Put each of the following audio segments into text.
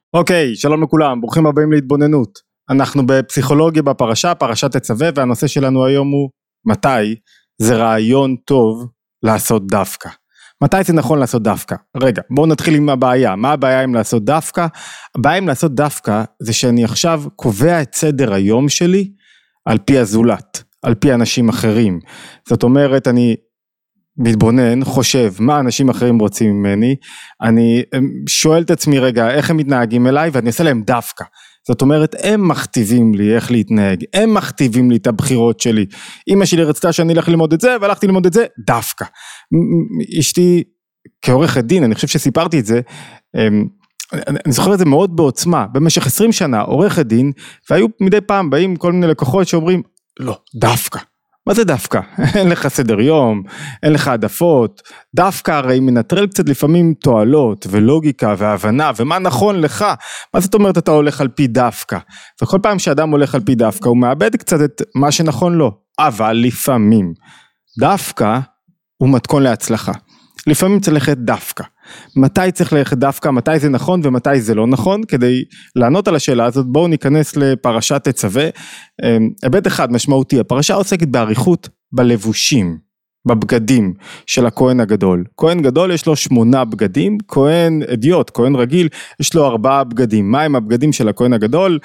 אוקיי, שלום לכולם, ברוכים הבאים להתבוננות. אנחנו בפסיכולוגיה בפרשה, פרשת תצווה, והנושא שלנו היום הוא מתי זה רעיון טוב לעשות דווקא. מתי זה נכון לעשות דווקא? רגע, בואו נתחיל עם הבעיה. מה הבעיה עם לעשות דווקא? הבעיה עם לעשות דווקא זה שאני עכשיו קובע את סדר היום שלי על פי הזולת, על פי אנשים אחרים. זאת אומרת, אני מתבונן, חושב מה אנשים אחרים רוצים ממני, אני שואל את עצמי רגע איך הם מתנהגים אליי ואני עושה להם דווקא. זאת אומרת, הם מכתיבים לי איך להתנהג, הם מכתיבים לי את הבחירות שלי. אמא שלי רצתה שאני אלך ללמוד את זה והלכתי ללמוד את זה דווקא. אשתי כעורכת דין, אני חושב שסיפרתי את זה, אני זוכר את זה מאוד בעוצמה, במשך 20 שנה עורכת דין, והיו מדי פעם באים כל מיני לקוחות שאומרים, לא, דווקא. מה זה דווקא? אין לך סדר יום, אין לך עדפות, דווקא הרי מנטרל קצת לפעמים תועלות ולוגיקה והבנה ומה נכון לך, מה זאת אומרת אתה הולך על פי דווקא, וכל פעם שאדם הולך על פי דווקא הוא מאבד קצת את מה שנכון לו, אבל לפעמים דווקא הוא מתכון להצלחה, לפעמים צריך ללכת דווקא, מתי צריך ללכת דווקא, מתי זה נכון ומתי זה לא נכון, כדי לענות על השאלה הזאת בואו ניכנס לפרשת תצווה. היבט אחד משמעותי, הפרשה עוסקת בעריכות בלבושים, בבגדים של הכהן הגדול. כהן גדול יש לו 8 בגדים, כהן אדיוט, כהן רגיל יש לו 4 בגדים. מה הם הבגדים של הכהן הגדול?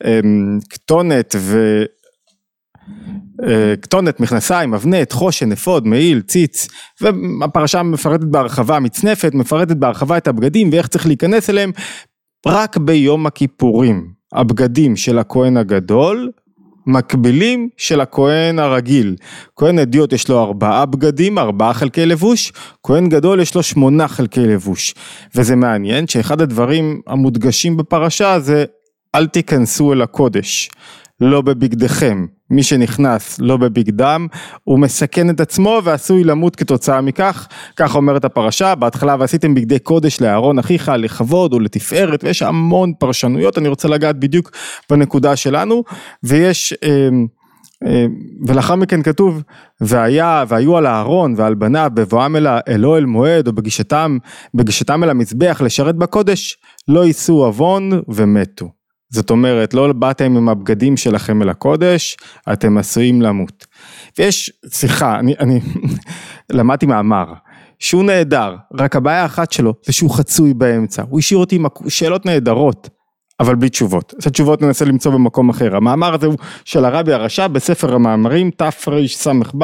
כתונת, מכנסיים, אבנת, חושן, אפוד, מעיל, ציץ, והפרשה מפרטת בהרחבה, מצנפת, מפרטת בהרחבה את הבגדים ואיך צריך להיכנס אליהם. רק ביום הכיפורים הבגדים של הכהן הגדול מקבילים של הכהן הרגיל. כהן אדיוט יש לו 4 בגדים, 4 חלקי לבוש, כהן גדול יש לו 8 חלקי לבוש. וזה מעניין שאחד הדברים המודגשים בפרשה זה אל תיכנסו אל הקודש לא בבגדיכם. מי שנכנס לא בבגדם הוא מסכן את עצמו ועשוי למות כתוצאה מכך. כך אומרת הפרשה, בהתחלה ועשיתם בגדי קודש לאהרון אחיך לכבוד או לתפארת, ויש המון פרשנויות, אני רוצה לגעת בדיוק בנקודה שלנו, ולאחר מכן כתוב והיו על אהרון ועל בניו בבואם אל אוהל מועד או בגישתם אל המזבח לשרת בקודש לא יישאו עוון ומתו. זאת אומרת, לא באתם עם הבגדים שלכם אל הקודש, אתם עשויים למות. ויש, אני למדתי מאמר, שהוא נהדר, רק הבעיה האחת שלו, זה שהוא חצוי באמצע. הוא השאיר אותי עם שאלות נהדרות, אבל בלי תשובות. את התשובות ננסה למצוא במקום אחר. המאמר הזה הוא של הרבי הרש"ב, בספר המאמרים, תרס"ב,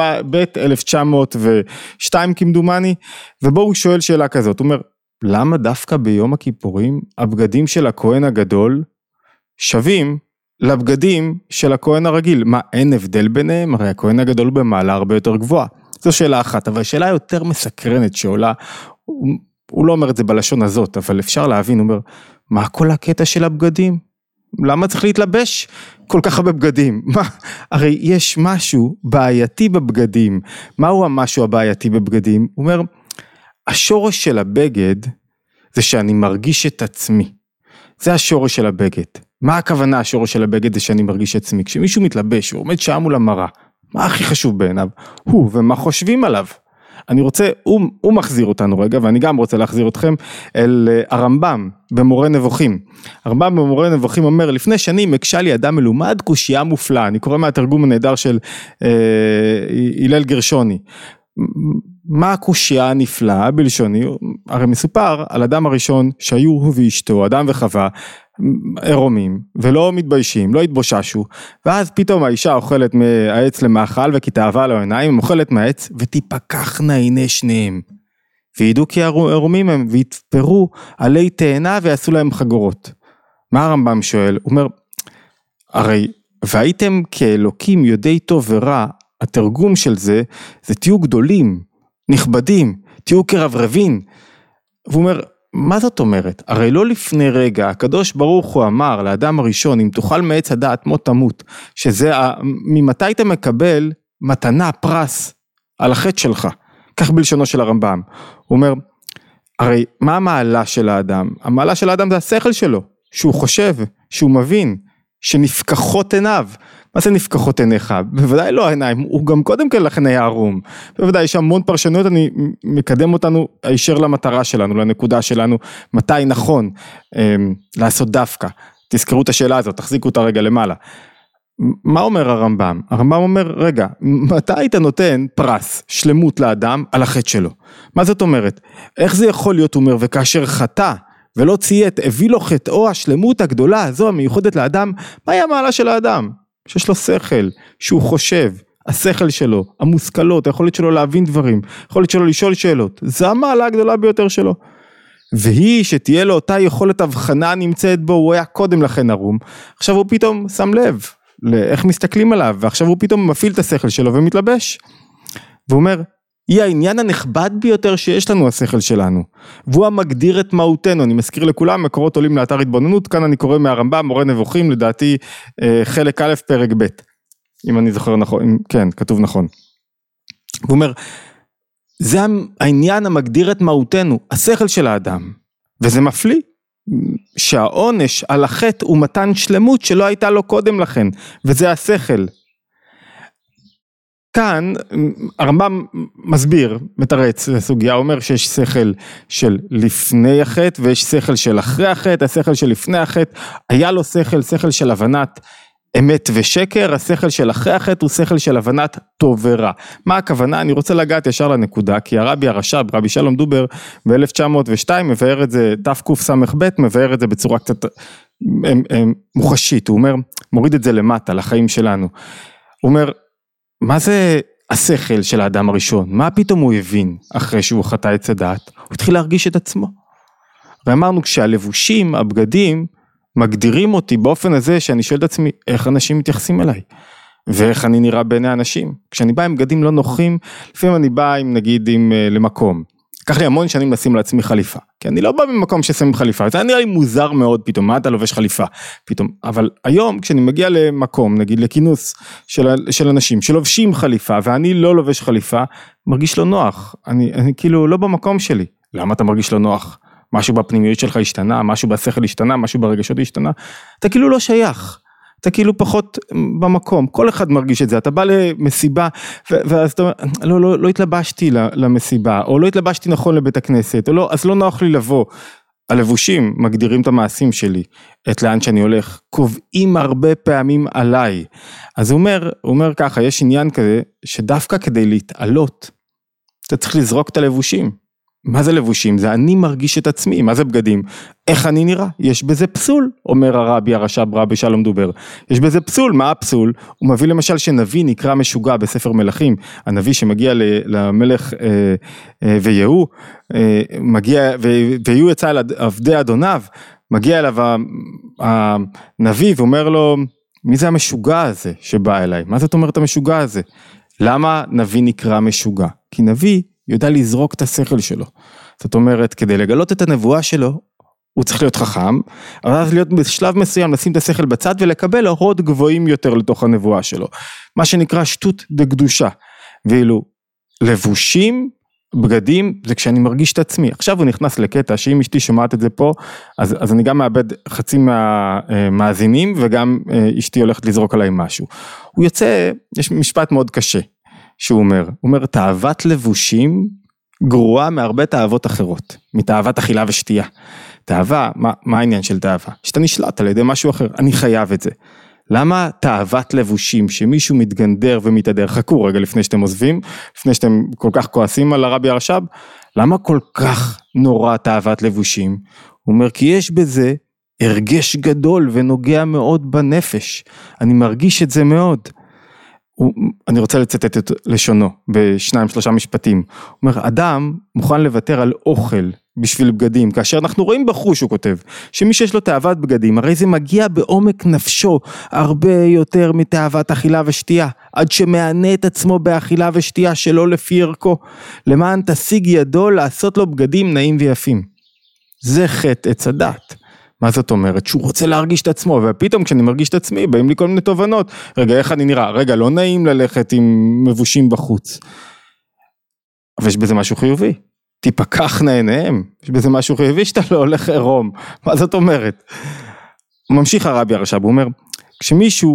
1902 כמדומני, ובו הוא שואל שאלה כזאת, הוא אומר, למה דווקא ביום הכיפורים, הבגדים של הכהן הגדול, שווים לבגדים של הכהן הרגיל? מה, אין הבדל ביניהם? הרי הכהן הגדול במעלה הרבה יותר גבוהה. זו שאלה אחת, אבל שאלה יותר מסקרנת שעולה, הוא לא אומר את זה בלשון הזאת, אבל אפשר להבין, הוא אומר, מה כל הקטע של הבגדים? למה צריך להתלבש כל כך הרבה בגדים? הרי יש משהו בעייתי בבגדים. מהו המשהו הבעייתי בבגדים? הוא אומר, השורש של הבגד זה שאני מרגיש את עצמי. זה השורש של הבגד. מה הכוונה השורש של הבגד זה שאני מרגיש את עצמי? כשמישהו מתלבש, הוא עומד שם מול המראה, מה הכי חשוב בעיניו? הוא ומה חושבים עליו. אני רוצה, הוא מחזיר אותנו רגע, ואני גם רוצה להחזיר אתכם אל הרמב"ם במורה נבוכים. הרמב"ם במורה נבוכים אומר, לפני שנים הקשה לי אדם מלומד קושייה מופלאה, אני קורא מהתרגום הנהדר של הלל גרשוני. מה הקושייה הנפלאה בלשוני? הרי מסופר על אדם הראשון שהיו הוא ואשתו, אדם וחווה, עירומים, ולא מתביישים, לא התבוששו, ואז פתאום האישה אוכלת מהעץ למאכל, וכתאווה לו עיניים, אוכלת מהעץ, ותיפקחנה עיני שניהם, וידעו כי עירומים הם, ויתפרו עלי תאנה, ויעשו להם חגורות. מה הרמב"ם שואל? הוא אומר, הרי, והייתם כאלוקים יודעי טוב ורע, התרגום של זה תהיו גדולים, נכבדים, תהיו כרברבים. והוא אומר, מה זאת אומרת? הרי לא לפני רגע, הקדוש ברוך הוא אמר לאדם הראשון, אם תאכל מעץ הדעת מות תמות, שזה, ממתי אתה מקבל מתנה, פרס, על החטא שלך? כך בלשונו של הרמב"ם. הוא אומר, הרי מה המעלה של האדם? המעלה של האדם זה השכל שלו, שהוא חושב, שהוא מבין, שנפקחות עיניו. מה זה נפקחות עיניך? בוודאי לא העיניים, הוא גם קודם כל לכן היה ערום. בוודאי יש המון פרשנויות, אני מקדם אותנו הישר למטרה שלנו, לנקודה שלנו, מתי נכון לעשות דווקא. תזכרו את השאלה הזאת, תחזיקו אותה רגע למעלה. מה אומר הרמב"ם? הרמב"ם אומר, רגע, מתי היית נותן פרס, שלמות לאדם על החטא שלו? מה זאת אומרת? איך זה יכול להיות, אומר, וכאשר חטא ולא ציית, הביא לו חטאו השלמות הגדולה, הזו המיוחדת לאדם, מהי המעלה של האדם? שיש לו שכל, שהוא חושב, השכל שלו, המושכלות, היכולת שלו להבין דברים, היכולת שלו לשאול שאלות, זו המעלה הגדולה ביותר שלו. והיא שתהיה לו אותה יכולת הבחנה נמצאת בו, הוא היה קודם לכן ערום, עכשיו הוא פתאום שם לב, לאיך מסתכלים עליו, ועכשיו הוא פתאום מפעיל את השכל שלו ומתלבש. והוא אומר, היא העניין הנכבד ביותר שיש לנו השכל שלנו, והוא המגדיר את מהותנו. אני מזכיר לכולם, מקורות עולים לאתר התבוננות, כאן אני קורא מהרמב"ם, מורה נבוכים, לדעתי חלק א' פרק ב', אם אני זוכר נכון, כן, כתוב נכון. הוא אומר, זה העניין המגדיר את מהותנו, השכל של האדם, וזה מפליא, שהעונש על החטא הוא מתן שלמות שלא הייתה לו קודם לכן, וזה השכל. כאן הרמב"ם מסביר, מתרץ לסוגיה, אומר שיש שכל של לפני החטא, ויש שכל של אחרי החטא, השכל של לפני החטא, היה לו שכל של הבנת אמת ושקר, השכל של אחרי החטא הוא שכל של הבנת טוב ורע. מה הכוונה? אני רוצה לגעת ישר לנקודה, כי הרבי הרש"ב, רבי שלום דובר, ב-1902 מבאר את זה, תקס"ב, מבאר את זה בצורה קצת מוחשית, הוא אומר, מוריד את זה למטה, לחיים שלנו. הוא אומר, מה זה השכל של האדם הראשון? מה פתאום הוא הבין אחרי שהוא חטא עץ הדעת? הוא התחיל להרגיש את עצמו. ואמרנו, כשהלבושים, הבגדים, מגדירים אותי באופן הזה שאני שואל את עצמי, איך אנשים מתייחסים אליי? ואיך אני נראה בעיני אנשים? כשאני בא עם בגדים לא נוחים, לפעמים אני בא עם, נגיד, למקום. לקח לי המון שנים לשים לעצמי חליפה, כי אני לא בא במקום ששמים חליפה, זה נראה לי מוזר מאוד פתאום, מה אתה לובש חליפה? פתאום, אבל היום כשאני מגיע למקום, נגיד לכינוס של אנשים שלובשים חליפה, ואני לא לובש חליפה, מרגיש לא נוח, אני כאילו לא במקום שלי. למה אתה מרגיש לא נוח? משהו בפנימיות שלך השתנה, משהו בשכל השתנה, משהו ברגשות השתנה, אתה כאילו לא שייך, אתה כאילו פחות במקום, כל אחד מרגיש את זה, אתה בא למסיבה, ואז אתה אומר, לא התלבשתי למסיבה, או לא התלבשתי נכון לבית הכנסת, או לא, אז לא נוח לי לבוא. הלבושים מגדירים את המעשים שלי, את לאן שאני הולך, קובעים הרבה פעמים עליי. אז הוא אומר ככה, יש עניין כזה, שדווקא כדי להתעלות, אתה צריך לזרוק את הלבושים. מה זה לבושים? זה אני מרגיש את עצמי. מה זה בגדים? איך אני נראה? יש בזה פסול, אומר הרבי הרש"ב רבי שלום דובר. יש בזה פסול. מה הפסול? הוא מביא למשל שנביא נקרא משוגע בספר מלכים. הנביא שמגיע למלך ויהוא, ויהוא יצא אל עבדי אדוניו, מגיע אליו הנביא ואומר לו, מי זה המשוגע הזה שבא אליי? מה זאת אומרת המשוגע הזה? למה נביא נקרא משוגע? כי נביא יודע לזרוק את השכל שלו. זאת אומרת, כדי לגלות את הנבואה שלו, הוא צריך להיות חכם, אבל אז להיות בשלב מסוים, לשים את השכל בצד, ולקבל אורות גבוהים יותר לתוך הנבואה שלו. מה שנקרא שטות דקדושה. ואילו, לבושים, בגדים, זה כשאני מרגיש את עצמי. עכשיו הוא נכנס לקטע, שאם אשתי שומעת את זה פה, אז אני גם מאבד חצי מהמאזינים, וגם אשתי הולכת לזרוק עליי משהו. הוא יוצא, יש משפט מאוד קשה. שהוא אומר, תאוות לבושים גרועה מהרבה תאוות אחרות, מתאוות אכילה ושתייה. תאווה, מה העניין של תאווה? שאתה נשלט על ידי משהו אחר, אני חייב את זה. למה תאוות לבושים, שמישהו מתגנדר ומתהדר, חכו רגע לפני שאתם עוזבים, לפני שאתם כל כך כועסים על הרבי הרש"ב, למה כל כך נורא תאוות לבושים? הוא אומר, כי יש בזה הרגש גדול ונוגע מאוד בנפש, אני מרגיש את זה מאוד. אני רוצה לצטט את לשונו ב2-3 משפטים. הוא אומר, אדם מוכן לוותר על אוכל בשביל בגדים, כאשר אנחנו רואים בחוש, הוא כותב, שמי שיש לו תאוות בגדים, הרי זה מגיע בעומק נפשו, הרבה יותר מתאוות אכילה ושתייה, עד שמענה את עצמו באכילה ושתייה שלא לפי ערכו, למען תשיג ידו לעשות לו בגדים נעים ויפים. זה חטא עץ הדעת. מה זאת אומרת? שהוא רוצה להרגיש את עצמו, ופתאום כשאני מרגיש את עצמי, באים לי כל מיני תובנות, רגע, איך אני נראה? רגע, לא נעים ללכת עם מבושים בחוץ. אבל יש בזה משהו חיובי. תיפקחנה עיניהם. יש בזה משהו חיובי שאתה לא הולך עירום. מה זאת אומרת? הוא ממשיך הרבי הרש"ב, הוא אומר, כשמישהו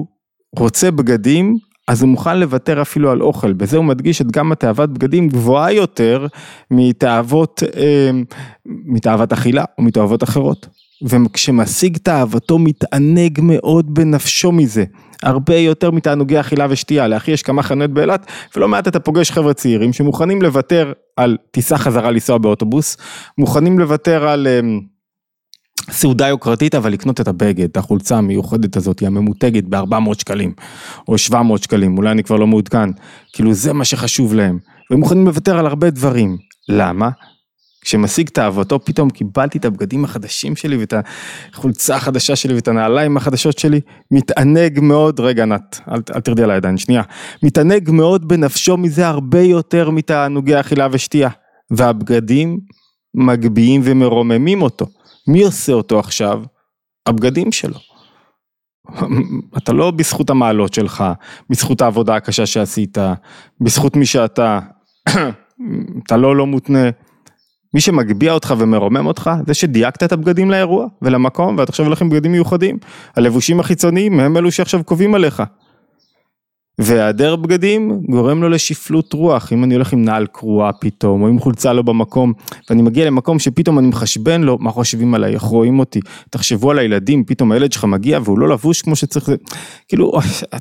רוצה בגדים, אז הוא מוכן לוותר אפילו על אוכל, בזה הוא מדגיש את גם התאוות בגדים גבוהה יותר מתאוות אכילה או מתאוות אחרות. וכשמשיג תאוותו מתענג מאוד בנפשו מזה, הרבה יותר מתענוגי אכילה ושתייה. לאחי יש כמה חנויות באילת, ולא מעט אתה פוגש חבר'ה צעירים שמוכנים לוותר על טיסה חזרה לנסוע באוטובוס, מוכנים לוותר על סעודה יוקרתית, אבל לקנות את הבגד, את החולצה המיוחדת הזאת, היא הממותגת ב-400 שקלים, או 700 שקלים, אולי אני כבר לא מעודכן, כאילו זה מה שחשוב להם, והם מוכנים לוותר על הרבה דברים. למה? כשמשיג תאוותו, פתאום קיבלתי את הבגדים החדשים שלי, ואת החולצה החדשה שלי, ואת הנעליים החדשות שלי, מתענג מאוד, רגע נת, אל תרדי על הידיים, שנייה, מתענג מאוד בנפשו מזה הרבה יותר מתענוגי אכילה ושתייה, והבגדים מגביעים ומרוממים אותו. מי עושה אותו עכשיו? הבגדים שלו. אתה לא בזכות המעלות שלך, בזכות העבודה הקשה שעשית, בזכות מי שאתה, אתה לא מותנה. מי שמגביע אותך ומרומם אותך, זה שדייקת את הבגדים לאירוע ולמקום, ואתה חושב לכם בגדים מיוחדים. הלבושים החיצוניים הם אלו שעכשיו קובעים עליך. והיעדר בגדים גורם לו לשפלות רוח. אם אני הולך עם נעל קרועה פתאום, או עם חולצה לא במקום, ואני מגיע למקום שפתאום אני מחשבן לו, מה חושבים עליי, איך רואים אותי, תחשבו על הילדים, פתאום הילד שלך מגיע, והוא לא לבוש כמו שצריך, כאילו,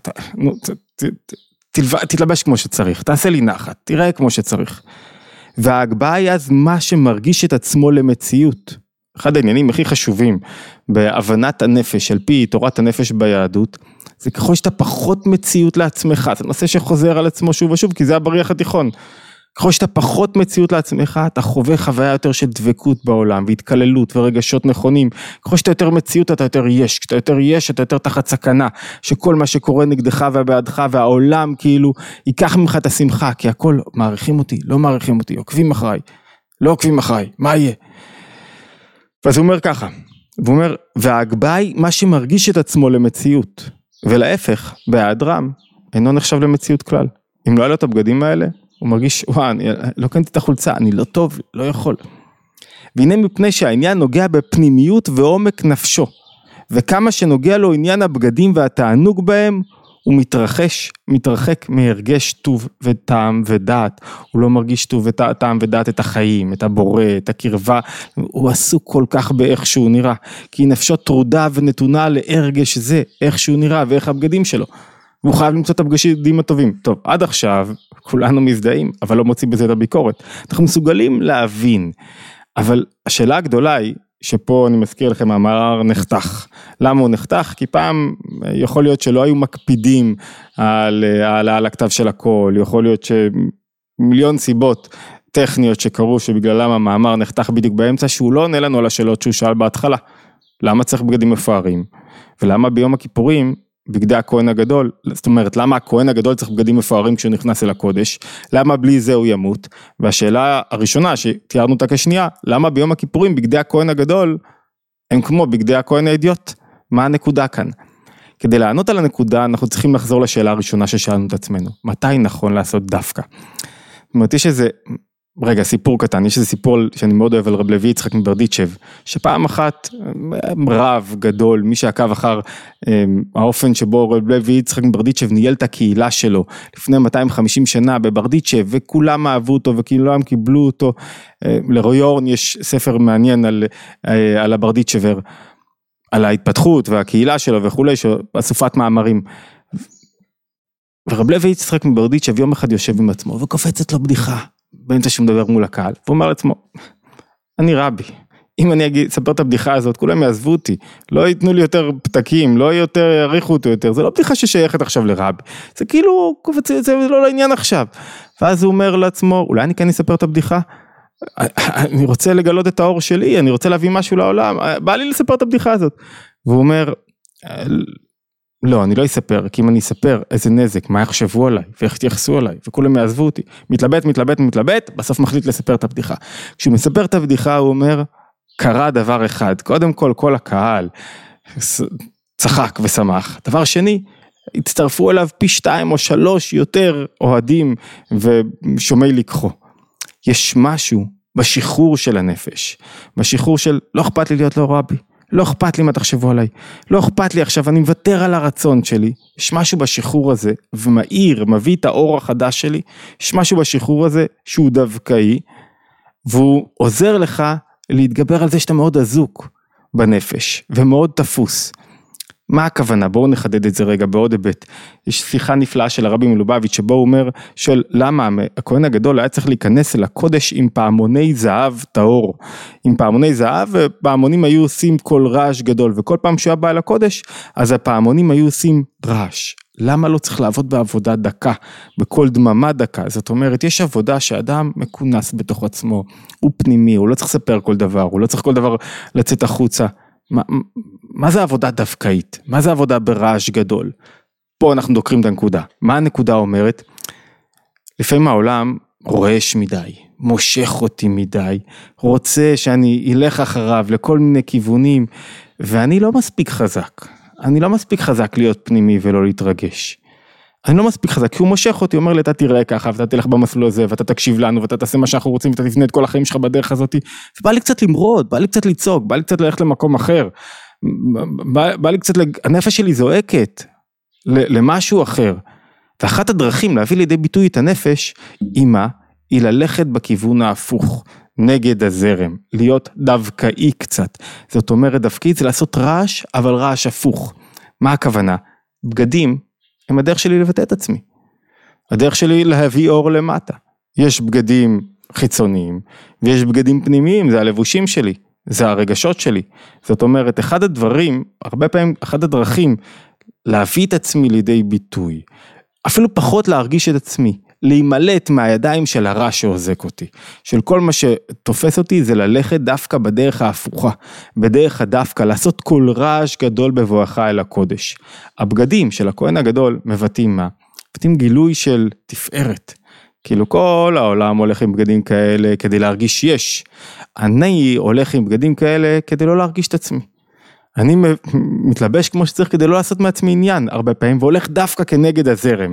תתלבש כמו שצריך, תעשה לי נחת, תראה כמו שצריך. וההגבהה היא אז מה שמרגיש את עצמו למציאות. אחד העניינים הכי חשובים, בהבנת הנפש, על פי תורת הנפש ביהדות, זה ככל שאתה פחות מציאות לעצמך, זה נושא שחוזר על עצמו שוב ושוב, כי זה הבריח התיכון. ככל שאתה פחות מציאות לעצמך, אתה חווה חוויה יותר של דבקות בעולם, והתקללות ורגשות נכונים. ככל שאתה יותר מציאות, אתה יותר יש. כשאתה יותר יש, אתה יותר תחת סכנה, שכל מה שקורה נגדך ובעדך, והעולם כאילו ייקח ממך את השמחה, כי הכל מעריכים אותי, לא מעריכים אותי, עוקבים אחריי, לא עוקבים אחריי, מה יהיה? ואז הוא אומר ככה, הוא אומר, וההגבהה היא מה שמרגיש את עצמו למציאות. ולהפך, בהיעדרם, אינו נחשב למציאות כלל. אם לא היה לו את הבגדים האלה, הוא מרגיש, אני לא קנתי את החולצה, אני לא טוב, לא יכול. והנה מפני שהעניין נוגע בפנימיות ועומק נפשו, וכמה שנוגע לו עניין הבגדים והתענוג בהם, הוא מתרחק מהרגש טוב וטעם ודעת, הוא לא מרגיש טוב וטעם ודעת את החיים, את הבורא, את הקרבה, הוא עסוק כל כך באיך שהוא נראה, כי נפשו טרודה ונתונה להרגש זה, איך שהוא נראה ואיך הבגדים שלו, והוא חייב למצוא את הבגדים הטובים. טוב, עד עכשיו כולנו מזדהים, אבל לא מוצאים בזה את הביקורת, אנחנו מסוגלים להבין, אבל השאלה הגדולה היא, שפה אני מזכיר לכם, המאמר נחתך. למה הוא נחתך? כי פעם יכול להיות שלא היו מקפידים על הכתב של הכל, יכול להיות שמיליון סיבות טכניות שקרו שבגללם המאמר נחתך בדיוק באמצע, שהוא לא עונה לנו על השאלות שהוא שאל בהתחלה. למה צריך בגדים מפוארים? ולמה ביום הכיפורים בגדי הכהן הגדול, זאת אומרת, למה הכהן הגדול צריך בגדים מפוארים כשהוא נכנס אל הקודש, למה בלי זה הוא ימות, והשאלה הראשונה שתיארנו אותה כשנייה, למה ביום הכיפורים בגדי הכהן הגדול, הם כמו בגדי הכהן האידיוט, מה הנקודה כאן? כדי לענות על הנקודה, אנחנו צריכים לחזור לשאלה הראשונה ששאלנו את עצמנו, מתי נכון לעשות דווקא? זאת אומרת, יש איזה, רגע, סיפור קטן, יש איזה סיפור שאני מאוד אוהב על רב לוי יצחק מברדיצ'ב, שפעם אחת רב גדול, מי שעקב אחר האופן שבו רב לוי יצחק מברדיצ'ב ניהל את הקהילה שלו, לפני 250 שנה בברדיצ'ב, וכולם אהבו אותו וכולם קיבלו אותו, לרוי אורן יש ספר מעניין על הברדיצ'בר, על ההתפתחות והקהילה שלו וכולי, אסופת מאמרים, ורב לוי יצחק מברדיצ'ב יום אחד יושב עם עצמו, וקופצת לו בדיחה, באמצע שהוא מדבר מול הקהל, והוא אומר לעצמו, אני רבי, אם אני אספר את הבדיחה הזאת, כולם יעזבו אותי, לא ייתנו לי יותר פתקים, לא יותר יעריכו אותו יותר, זה לא בדיחה ששייכת עכשיו לרבי, זה כאילו, זה לא לעניין עכשיו, ואז הוא אומר לעצמו, אולי אני כן אספר את הבדיחה, אני רוצה לגלות את האור שלי, אני רוצה להביא משהו לעולם, בא לי לספר את הבדיחה הזאת, והוא אומר, לא, אני לא אספר, כי אם אני אספר איזה נזק, מה יחשבו עליי, ואיך יתייחסו עליי, וכולם יעזבו אותי, מתלבט, בסוף מחליט לספר את הבדיחה. כשהוא מספר את הבדיחה, הוא אומר, קרה דבר אחד, קודם כל הקהל צחק ושמח, דבר שני, הצטרפו אליו פי 2 או 3 יותר אוהדים ושומעי לקחו. יש משהו בשחרור של הנפש, בשחרור של לא אכפת לי להיות לא רבי, לא אכפת לי מה תחשבו עליי, לא אכפת לי עכשיו, אני מוותר על הרצון שלי, יש משהו בשחרור הזה, ומאיר, מביא את האור החדש שלי, יש משהו בשחרור הזה שהוא דווקאי, והוא עוזר לך להתגבר על זה שאתה מאוד אזוק בנפש, ומאוד תפוס. מה הכוונה? בואו נחדד את זה רגע בעוד היבט. יש שיחה נפלאה של הרבי מלובביץ' שבו הוא אומר של למה הכהן הגדול היה צריך להיכנס אל הקודש עם פעמוני זהב טהור. עם פעמוני זהב, ופעמונים היו עושים כל רעש גדול, וכל פעם שהוא היה בא אל הקודש, אז הפעמונים היו עושים רעש. למה לא צריך לעבוד בעבודה דקה, בכל דממה דקה? זאת אומרת, יש עבודה שאדם מכונס בתוך עצמו, הוא פנימי, הוא לא צריך לספר כל דבר, הוא לא צריך כל דבר לצאת החוצה. מה זה עבודה דווקאית? מה זה עבודה ברעש גדול? פה אנחנו דוקרים את הנקודה. מה הנקודה אומרת? לפעמים העולם רועש מדי, מושך אותי מדי, רוצה שאני אלך אחריו לכל מיני כיוונים, ואני לא מספיק חזק. אני לא מספיק חזק להיות פנימי ולא להתרגש. אני לא מספיק חזק, כי הוא מושך אותי, אומר לי, אתה תראה ככה, ואתה תלך במסלול הזה, ואתה תקשיב לנו, ואתה תעשה מה שאנחנו רוצים, ואתה תפנה את כל החיים שלך בדרך הזאת, ובא לי קצת למרוד, בא לי קצת לצעוק, בא לי קצת ללכת למקום אחר, בא לי קצת, הנפש שלי זועקת, למשהו אחר, ואחת הדרכים להביא לידי ביטוי את הנפש, היא ללכת בכיוון ההפוך, נגד הזרם, להיות דווקאי קצת, זאת אומרת, דווקאית זה לעשות רעש, אבל רעש הפוך. מה הכוונה? בגדים, הם הדרך שלי לבטא את עצמי. הדרך שלי להביא אור למטה. יש בגדים חיצוניים, ויש בגדים פנימיים, זה הלבושים שלי, זה הרגשות שלי. זאת אומרת, אחד הדברים, הרבה פעמים, אחד הדרכים, להביא את עצמי לידי ביטוי, אפילו פחות להרגיש את עצמי, להימלט מהידיים של הרע שעוזק אותי, של כל מה שתופס אותי זה ללכת דווקא בדרך ההפוכה, בדרך הדווקא, לעשות כל רעש גדול בבואך אל הקודש. הבגדים של הכהן הגדול מבטאים מה? מבטאים גילוי של תפארת, כאילו כל העולם הולך עם בגדים כאלה כדי להרגיש יש, אני הולך עם בגדים כאלה כדי לא להרגיש את עצמי. אני מתלבש כמו שצריך כדי לא לעשות מעצמי עניין הרבה פעמים, והולך דווקא כנגד הזרם.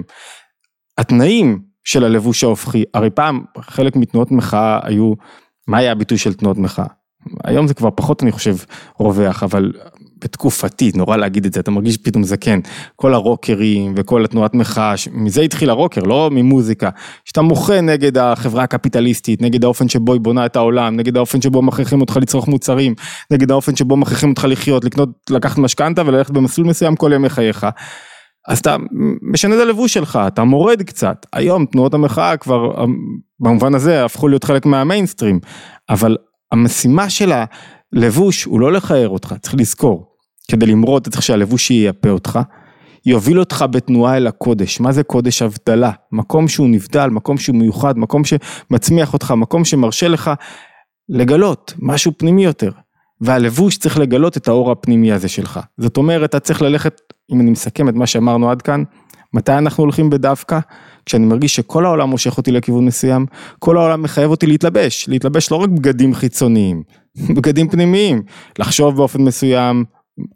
התנאים של הלבוש ההופכי, הרי פעם חלק מתנועות מחאה היו, מה היה הביטוי של תנועות מחאה? היום זה כבר פחות אני חושב רווח, אבל בתקופתי, נורא להגיד את זה, אתה מרגיש פתאום זקן, כל הרוקרים וכל התנועת מחאה, מזה התחיל הרוקר, לא ממוזיקה, שאתה מוחה נגד החברה הקפיטליסטית, נגד האופן שבו היא בונה את העולם, נגד האופן שבו מכריחים אותך לצרוך מוצרים, נגד האופן שבו מכריחים אותך לחיות, לקנות, לקחת משכנתה וללכת במסלול מסוים כל ימי חייך, אז אתה משנה את הלבוש שלך, אתה מורד קצת, היום תנועות המחאה כבר במובן הזה הפכו להיות חלק מהמיינסטרים, אבל המשימה של הלבוש הוא לא לחייר אותך, צריך לזכור, כדי למרוד אתה צריך שהלבוש ייפה אותך, יוביל אותך בתנועה אל הקודש, מה זה קודש? הבדלה, מקום שהוא נבדל, מקום שהוא מיוחד, מקום שמצמיח אותך, מקום שמרשה לך לגלות משהו פנימי יותר, והלבוש צריך לגלות את האור הפנימי הזה שלך, זאת אומרת אתה צריך ללכת, אם אני מסכם את מה שאמרנו עד כאן, מתי אנחנו הולכים בדווקא? כשאני מרגיש שכל העולם מושך אותי לכיוון מסוים, כל העולם מחייב אותי להתלבש לא רק בגדים חיצוניים, בגדים פנימיים, לחשוב באופן מסוים,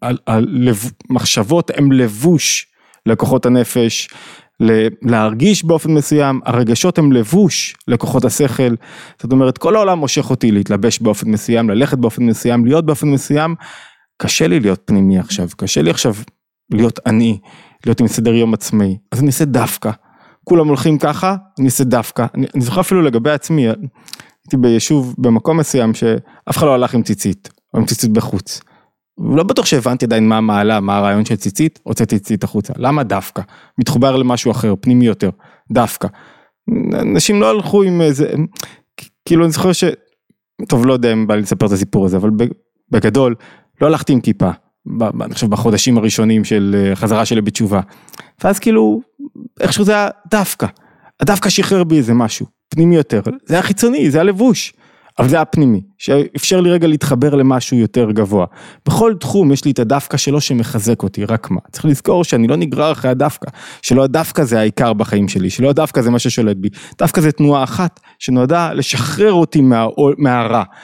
מחשבות הם לבוש לכוחות הנפש, להרגיש באופן מסוים, הרגשות הם לבוש לכוחות השכל, זאת אומרת כל העולם מושך אותי להתלבש באופן מסוים, ללכת באופן מסוים, להיות באופן מסוים, קשה לי להיות פנימי עכשיו, קשה לי עכשיו להיות אני, להיות עם סדר יום עצמאי, אז אני אעשה דווקא, כולם הולכים ככה, אני אעשה דווקא, אני זוכר אפילו לגבי עצמי, הייתי ביישוב במקום מסוים שאף אחד לא הלך עם ציצית, או עם ציצית בחוץ, ולא בטוח שהבנתי עדיין מה המעלה, מה הרעיון של ציצית, הוצאתי ציצית החוצה, למה דווקא? מתחובר למשהו אחר, פנימי יותר, דווקא. אנשים לא הלכו עם איזה, כאילו אני זוכר טוב לא יודע אם בא לי לספר את הסיפור הזה, אבל בגדול לא הלכתי עם כיפה, אני חושב בחודשים הראשונים של חזרה שלי בתשובה, ואז כאילו איכשהו זה היה דווקא, הדווקא שחרר בי איזה משהו, פנימי יותר, זה היה חיצוני, זה היה לבוש, אבל זה היה פנימי, שאפשר לי רגע להתחבר למשהו יותר גבוה, בכל תחום יש לי את הדווקא שלו שמחזק אותי, רק מה, צריך לזכור שאני לא נגרר אחרי הדווקא, שלא הדווקא זה העיקר בחיים שלי, שלא הדווקא זה מה ששולט בי, דווקא זה תנועה אחת, שנועדה לשחרר אותי מהרע,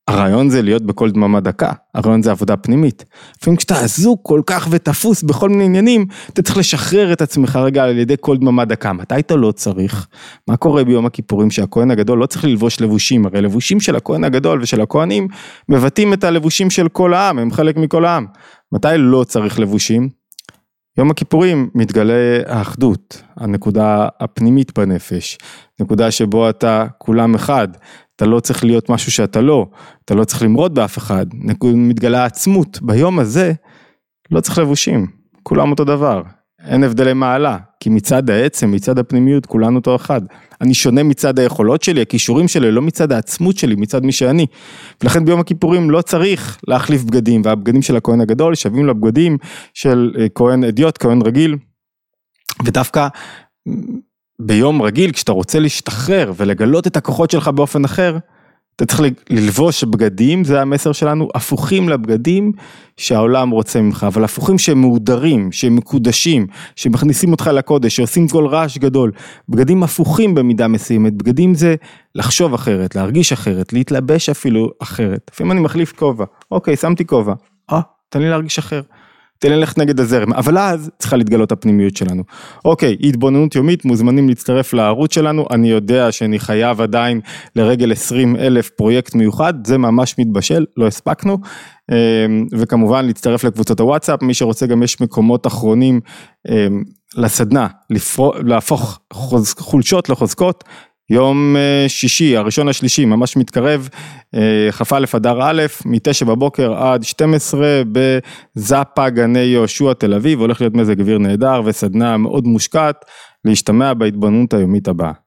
הרעיון זה להיות בכל דממה דקה, הרעיון זה עבודה פנימית. לפעמים כשאתה עזוק כל כך ותפוס בכל מיני עניינים, אתה צריך לשחרר את עצמך רגע על ידי כל דממה דקה. מתי אתה לא צריך? מה קורה ביום הכיפורים שהכהן הגדול לא צריך ללבוש לבושים? הרי לבושים של הכהן הגדול ושל הכהנים מבטאים את הלבושים של כל העם, הם חלק מכל העם. מתי לא צריך לבושים? יום הכיפורים מתגלה האחדות, הנקודה הפנימית בנפש, נקודה שבו אתה כולם אחד, אתה לא צריך להיות משהו שאתה לא, אתה לא צריך למרוד באף אחד, מתגלה העצמות, ביום הזה לא צריך לבושים, כולם אותו דבר, אין הבדלי מעלה, כי מצד העצם, מצד הפנימיות, כולנו אותו אחד, אני שונה מצד היכולות שלי, הכישורים שלי, לא מצד העצמות שלי, מצד מי שאני, ולכן ביום הכיפורים לא צריך להחליף בגדים, והבגדים של הכהן הגדול שווים לבגדים של כהן אדיוט, כהן רגיל, ודווקא ביום רגיל, כשאתה רוצה להשתחרר ולגלות את הכוחות שלך באופן אחר, אתה צריך ללבוש בגדים, זה המסר שלנו, הפוכים לבגדים שהעולם רוצה ממך, אבל הפוכים שהם מהודרים, שהם מקודשים, שמכניסים אותך לקודש, שעושים כל רעש גדול, בגדים הפוכים במידה מסוימת, בגדים זה לחשוב אחרת, להרגיש אחרת, להתלבש אפילו אחרת, לפעמים אני מחליף כובע, אוקיי, שמתי כובע, תן לי להרגיש אחר, תן לי ללכת נגד הזרם, אבל אז צריכה להתגלות הפנימיות שלנו. אוקיי, התבוננות יומית, מוזמנים להצטרף לערוץ שלנו, אני יודע שאני חייב עדיין לרגל 20,000 פרויקט מיוחד, זה ממש מתבשל, לא הספקנו, וכמובן להצטרף לקבוצות הוואטסאפ, מי שרוצה גם יש מקומות אחרונים לסדנה, להפוך חולשות לחוזקות, יום שישי, הראשון השלישי, ממש מתקרב, כ"א אדר א', מ-9 בבוקר עד 12 בזאפה גני יהושע תל אביב, הולך להיות מזג אוויר נהדר וסדנה מאוד מושקעת, להשתמע בהתבוננות היומית הבאה.